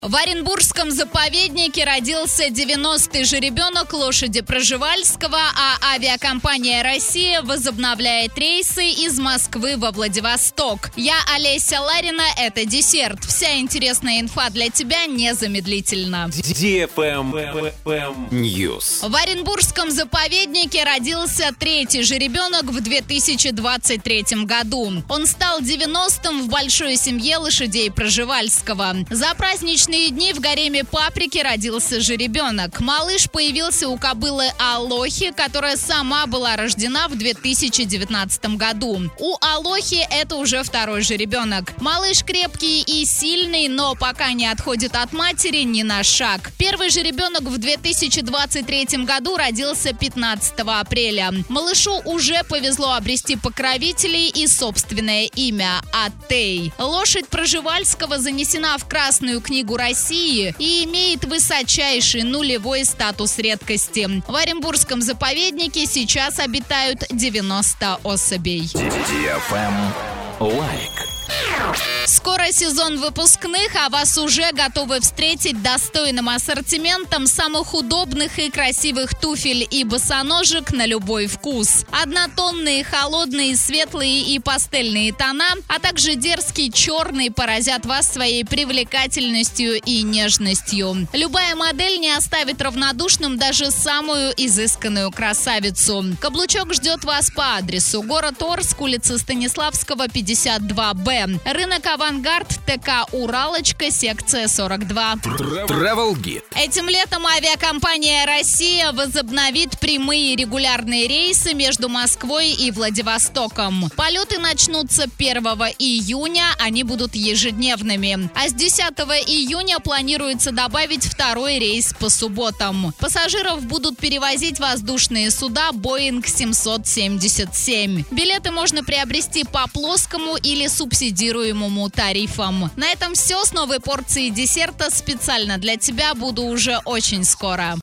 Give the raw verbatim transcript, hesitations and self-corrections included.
В Оренбургском заповеднике родился девяностый жеребенок лошади Пржевальского, а авиакомпания «Россия» возобновляет рейсы из Москвы во Владивосток. Я Олеся Ларина, это десерт. Вся интересная инфа для тебя незамедлительно. News. В Оренбургском заповеднике родился третий жеребенок в две тысячи двадцать третьем году. Он стал девяностым в большой семье лошадей Пржевальского. За праздничный дни в гареме Паприки родился жеребенок. Малыш появился у кобылы Алохи, которая сама была рождена в две тысячи девятнадцатом году. У Алохи это уже второй жеребенок. Малыш крепкий и сильный, но пока не отходит от матери ни на шаг. Первый жеребенок в две тысячи двадцать третьем году родился пятнадцатого апреля. Малышу уже повезло обрести покровителей и собственное имя – Атей. Лошадь Пржевальского занесена в Красную книгу России и имеет высочайший нулевой статус редкости. В Оренбургском заповеднике сейчас обитают девяносто особей. Лайк. Скоро сезон выпускных, а вас уже готовы встретить достойным ассортиментом самых удобных и красивых туфель и босоножек на любой вкус. Однотонные, холодные, светлые и пастельные тона, а также дерзкий черный поразят вас своей привлекательностью и нежностью. Любая модель не оставит равнодушным даже самую изысканную красавицу. Каблучок ждет вас по адресу: город Орск, улица Станиславского, пятьдесят два Б. Рынок «Авангард», ТК «Уралочка», секция сорок два. Travel Guide. Этим летом авиакомпания «Россия» возобновит прямые регулярные рейсы между Москвой и Владивостоком. Полеты начнутся первого июня, они будут ежедневными. А с десятого июня планируется добавить второй рейс по субботам. Пассажиров будут перевозить воздушные суда Боинг семьсот семьдесят семь. Билеты можно приобрести по плоскому или субсидируемому тарифам. На этом все. С новой порцией десерта специально для тебя буду уже очень скоро.